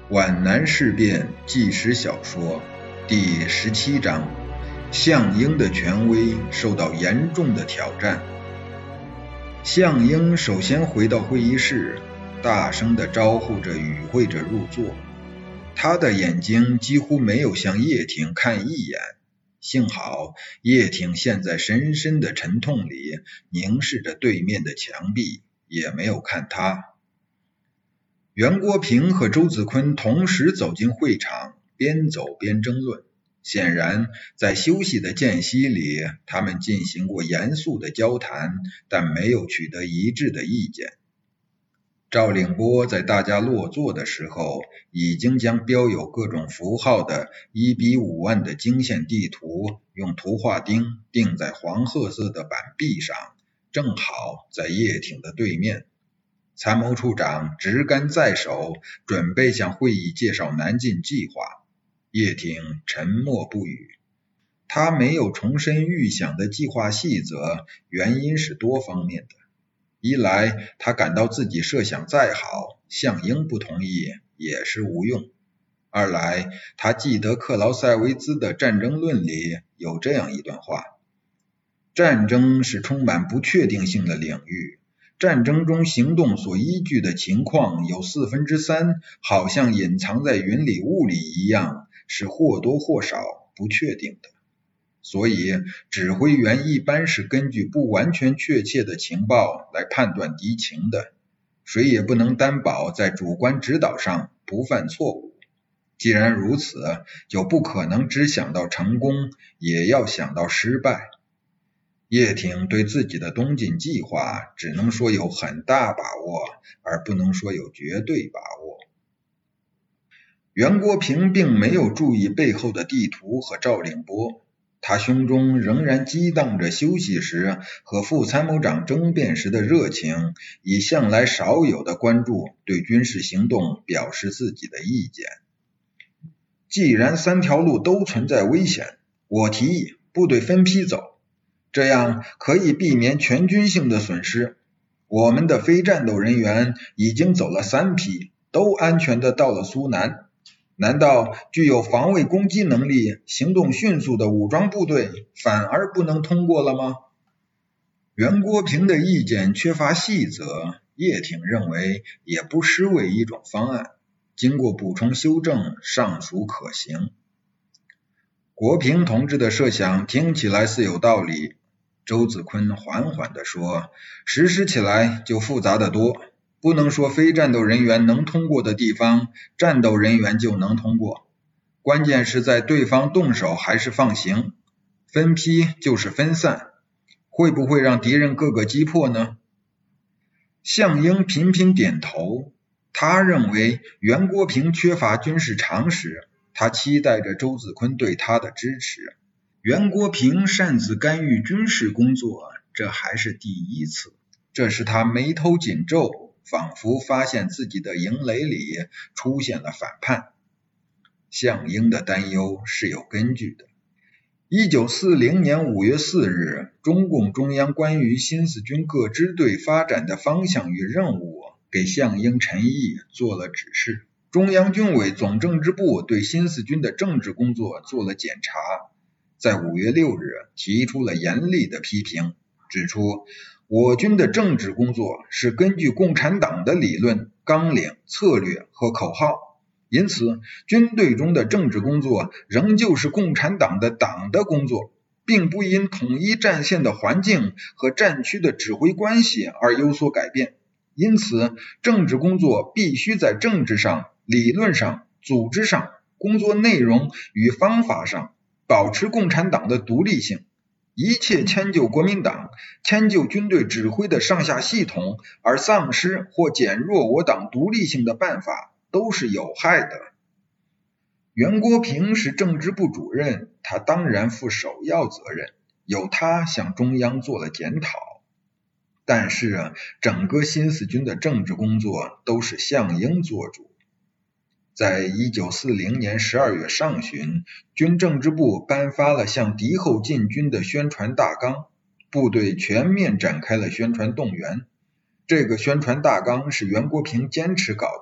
皖南事变纪实小说第17章，项英的权威受到严重的挑战。项英首先回到会议室，大声地招呼着与会者入座。他的眼睛几乎没有向叶挺看一眼，幸好叶挺陷在深深的沉痛里，凝视着对面的墙壁，也没有看他。袁国平和周子坤同时走进会场，边走边争论。显然，在休息的间隙里，他们进行过严肃的交谈，但没有取得一致的意见。赵令波在大家落座的时候，已经将标有各种符号的1:50000的经线地图用图画钉钉在黄褐色的板壁上，正好在叶挺的对面。参谋处长执竿在手，准备向会议介绍南进计划。叶挺沉默不语，他没有重申预想的计划细则，原因是多方面的。一来，他感到自己设想再好，项英不同意也是无用；二来，他记得克劳塞维兹的《战争论》里有这样一段话：战争是充满不确定性的领域，战争中行动所依据的情况有3/4好像隐藏在云里雾里一样，是或多或少不确定的。所以指挥员一般是根据不完全确切的情报来判断敌情的，谁也不能担保在主观指导上不犯错误。既然如此，就不可能只想到成功，也要想到失败。叶挺对自己的东进计划只能说有很大把握，而不能说有绝对把握。袁国平并没有注意背后的地图和赵令波，他胸中仍然激荡着休息时和副参谋长争辩时的热情，以向来少有的关注对军事行动表示自己的意见。既然3条路都存在危险，我提议部队分批走，这样可以避免全军性的损失。我们的非战斗人员已经走了3批，都安全地到了苏南。难道具有防卫攻击能力、行动迅速的武装部队反而不能通过了吗？袁国平的意见缺乏细则，叶挺认为也不失为一种方案，经过补充修正，尚属可行。国平同志的设想听起来似有道理，周子坤缓缓地说，实施起来就复杂得多。不能说非战斗人员能通过的地方，战斗人员就能通过。关键是在对方动手还是放行。分批就是分散，会不会让敌人各个击破呢？项英频频点头，他认为袁国平缺乏军事常识，他期待着周子坤对他的支持。袁国平擅自干预军事工作，这还是第一次，这使他眉头紧皱，仿佛发现自己的营垒里出现了反叛。项英的担忧是有根据的。1940年5月4日，中共中央关于新四军各支队发展的方向与任务给项英陈毅做了指示。中央军委总政治部对新四军的政治工作做了检查，在5月6日提出了严厉的批评，指出我军的政治工作是根据共产党的理论、纲领、策略和口号，因此军队中的政治工作仍旧是共产党的党的工作，并不因统一战线的环境和战区的指挥关系而有所改变。因此政治工作必须在政治上、理论上、组织上、工作内容与方法上保持共产党的独立性。一切迁就国民党、迁就军队指挥的上下系统而丧失或减弱我党独立性的办法都是有害的。袁国平是政治部主任，他当然负首要责任，由他向中央做了检讨。但是整个新四军的政治工作都是项英做主。在1940年12月上旬，军政治部颁发了向敌后进军的宣传大纲，部队全面展开了宣传动员。这个宣传大纲是袁国平坚持搞的，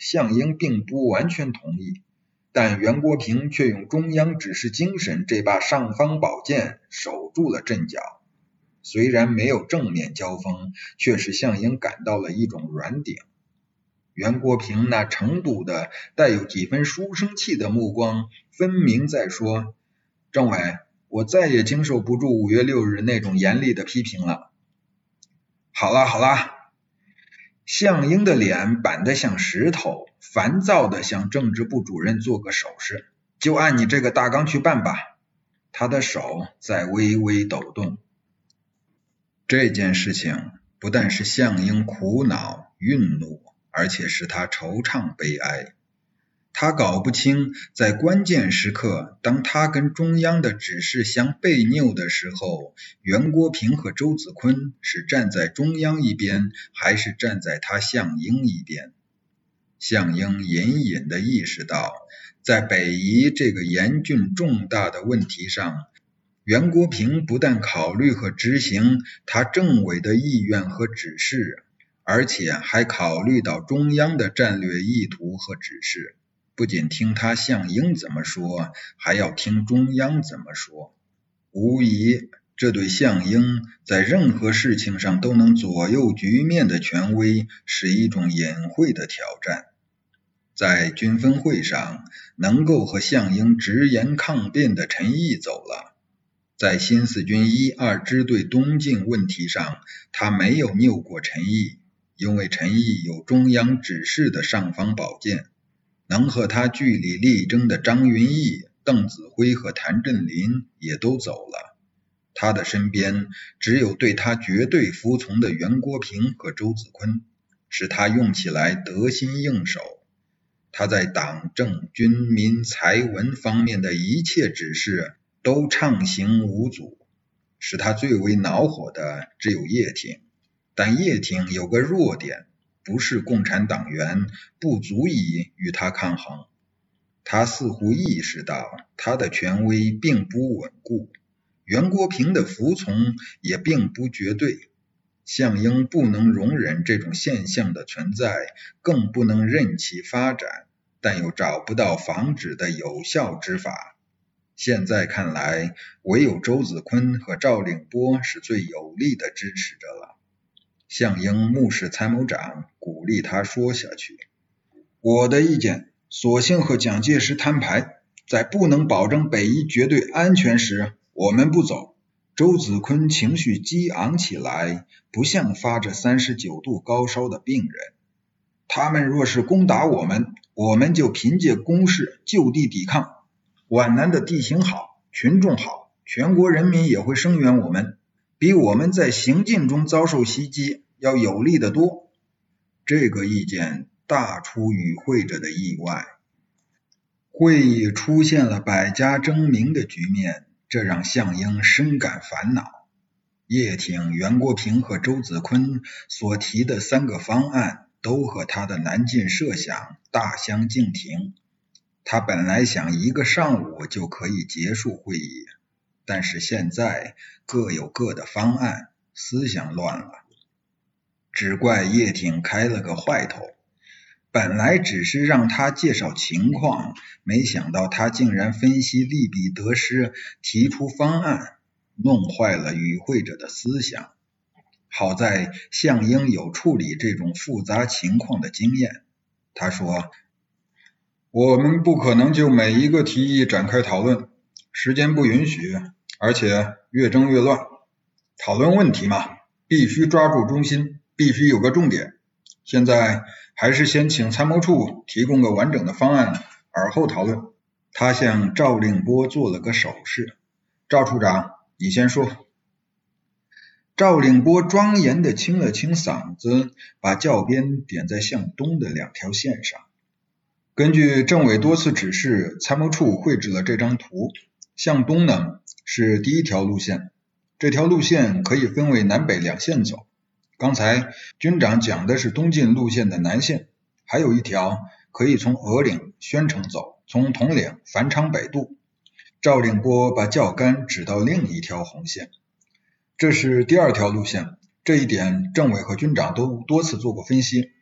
项英并不完全同意，但袁国平却用中央指示精神这把尚方宝剑守住了阵脚。虽然没有正面交锋，却使项英感到了一种软顶。袁国平那程度的带有几分书生气的目光，分明在说，政委，我再也经受不住5月6日那种严厉的批评了。好啦，项英的脸板得像石头，烦躁地向政治部主任做个手势，就按你这个大纲去办吧。他的手在微微抖动。这件事情不但是项英苦恼愠怒，而且使他惆怅悲哀。他搞不清，在关键时刻，当他跟中央的指示相悖拗的时候，袁国平和周子坤是站在中央一边，还是站在他项英一边。项英隐隐地意识到，在北移这个严峻重大的问题上，袁国平不但考虑和执行他政委的意愿和指示，而且还考虑到中央的战略意图和指示，不仅听他项英怎么说，还要听中央怎么说。无疑，这对项英在任何事情上都能左右局面的权威是一种隐晦的挑战。在军分会上，能够和项英直言抗辩的陈毅走了。在新四军1、2支队东进问题上，他没有拗过陈毅，因为陈毅有中央指示的尚方宝剑。能和他据理力争的张云逸、邓子恢和谭震林也都走了。他的身边只有对他绝对服从的袁国平和周子坤，使他用起来得心应手。他在党政军民财文方面的一切指示都畅行无阻，使他最为恼火的只有叶挺。但叶挺有个弱点，不是共产党员，不足以与他抗衡。他似乎意识到他的权威并不稳固，袁国平的服从也并不绝对。项英不能容忍这种现象的存在，更不能任其发展，但又找不到防止的有效之法。现在看来，唯有周子坤和赵令波是最有力的支持者了。项英目视参谋长，鼓励他说下去。我的意见，索性和蒋介石摊牌，在不能保证北移绝对安全时，我们不走。周子坤情绪激昂起来，不像发着39度高烧的病人。他们若是攻打我们，我们就凭借攻势就地抵抗。皖南的地形好，群众好，全国人民也会声援我们，比我们在行进中遭受袭击要有利得多。这个意见大出与会者的意外。会议出现了百家争鸣的局面，这让项英深感烦恼。叶挺、袁国平和周子坤所提的3个方案都和他的南进设想大相径庭。他本来想1个上午就可以结束会议，但是现在各有各的方案，思想乱了。只怪叶挺开了个坏头，本来只是让他介绍情况，没想到他竟然分析利弊得失，提出方案，弄坏了与会者的思想。好在项英有处理这种复杂情况的经验，他说，我们不可能就每一个提议展开讨论，时间不允许，而且越争越乱。讨论问题嘛，必须抓住中心，必须有个重点。现在还是先请参谋处提供个完整的方案，而后讨论。他向赵令波做了个手势，赵处长，你先说。赵令波庄严地清了清嗓子，把教鞭点在向东的2条线上。根据政委多次指示，参谋处绘制了这张图。向东呢是第1条路线，这条路线可以分为南北2线走。刚才军长讲的是东进路线的南线，还有一条可以从鹅岭、宣城走，从统领、繁昌北渡。赵令波把教杆指到另一条红线，这是第2条路线。这一点政委和军长都多次做过分析，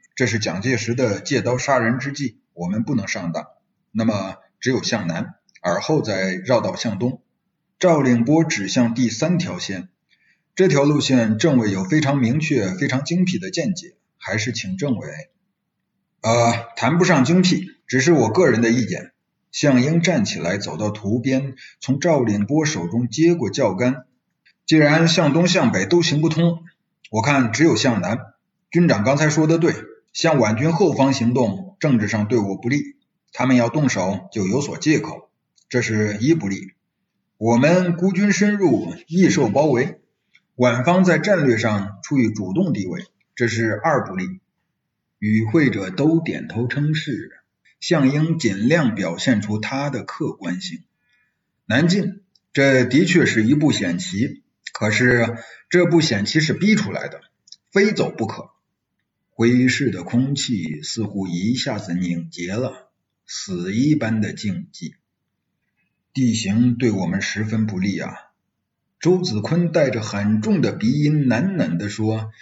这是蒋介石的借刀杀人之计，我们不能上当。那么只有向南，而后再绕道向东。赵令波指向第3条线，这条路线政委有非常明确、非常精辟的见解，还是请政委。谈不上精辟，只是我个人的意见。项英站起来走到途边，从赵令波手中接过教杆。既然向东向北都行不通，我看只有向南。军长刚才说的对，向皖军后方行动，政治上对我不利，他们要动手就有所借口，这是一不利。我们孤军深入，易受包围，皖方在战略上处于主动地位，这是二不利。与会者都点头称是，项英尽量表现出他的客观性。南进，这的确是一步险棋，可是这步险棋是逼出来的，非走不可。会议室的空气似乎一下子凝结了，死一般的静寂。地形对我们十分不利啊。周子坤带着很重的鼻音喃喃地说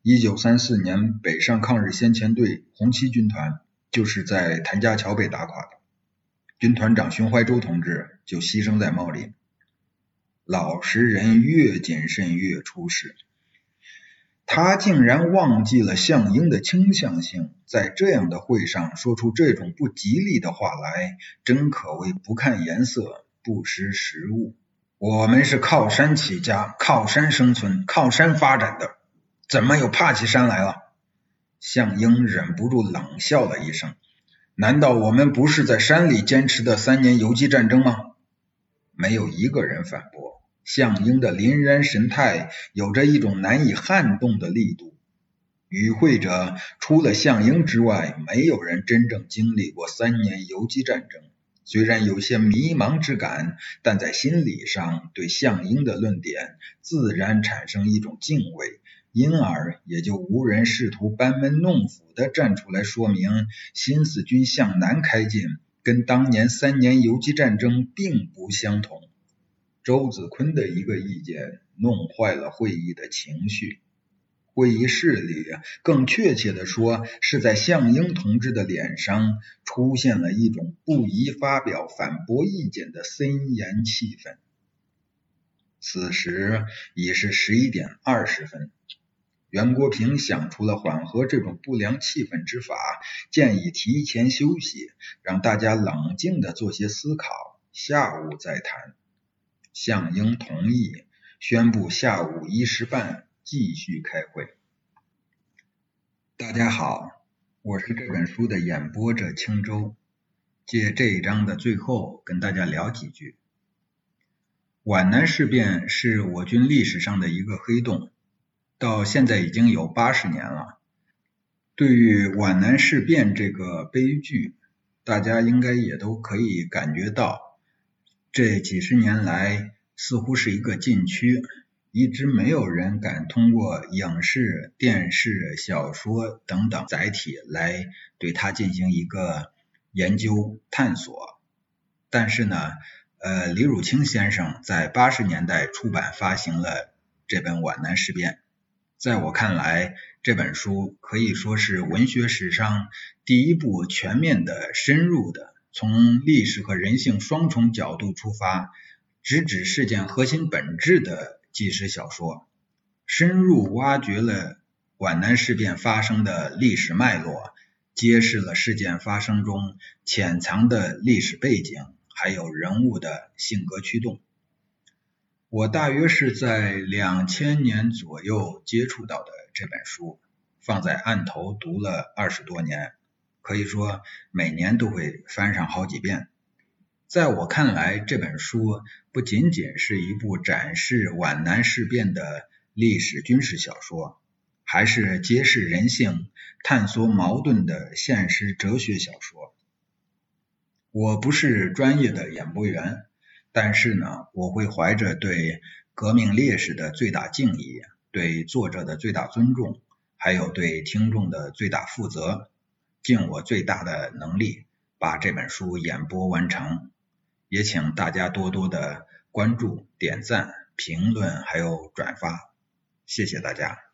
，1934年北上抗日先遣队红七军团就是在谭家桥被打垮的，军团长熊怀洲同志就牺牲在茂林。老实人越谨慎越出事，他竟然忘记了项英的倾向性，在这样的会上说出这种不吉利的话来，真可谓不看颜色，不识时务。我们是靠山起家，靠山生存，靠山发展的，怎么又怕起山来了？项英忍不住冷笑了一声，难道我们不是在山里坚持的3年游击战争吗？没有一个人反驳。项英的凛然神态有着一种难以撼动的力度。与会者除了项英之外，没有人真正经历过3年游击战争，虽然有些迷茫之感，但在心理上对项英的论点自然产生一种敬畏，因而也就无人试图班门弄斧地站出来说明新四军向南开进跟当年3年游击战争并不相同。周子坤的一个意见弄坏了会议的情绪。会议室里，更确切地说，是在项英同志的脸上出现了一种不宜发表反驳意见的森严气氛。此时已是11点20分，袁国平想出了缓和这种不良气氛之法，建议提前休息，让大家冷静地做些思考，下午再谈。项英同意，宣布下午1时半继续开会。大家好，我是这本书的演播者青州，借这一章的最后跟大家聊几句。皖南事变是我军历史上的一个黑洞，到现在已经有80年了。对于皖南事变这个悲剧，大家应该也都可以感觉到，这几十年来似乎是一个禁区，一直没有人敢通过影视、电视、小说等等载体来对它进行一个研究探索。但是呢，李汝清先生在80年代出版发行了这本《皖南事变》，在我看来，这本书可以说是文学史上第一部全面的、深入的，从历史和人性双重角度出发，直指事件核心本质的纪实小说，深入挖掘了皖南事变发生的历史脉络，揭示了事件发生中潜藏的历史背景，还有人物的性格驱动。我大约是在2000年左右接触到的这本书，放在案头读了20多年，可以说每年都会翻上好几遍。在我看来，这本书不仅仅是一部展示皖南事变的历史军事小说，还是揭示人性、探索矛盾的现实哲学小说。我不是专业的演播员，但是呢，我会怀着对革命烈士的最大敬意，对作者的最大尊重，还有对听众的最大负责，尽我最大的能力把这本书演播完成。也请大家多多的关注、点赞、评论还有转发，谢谢大家。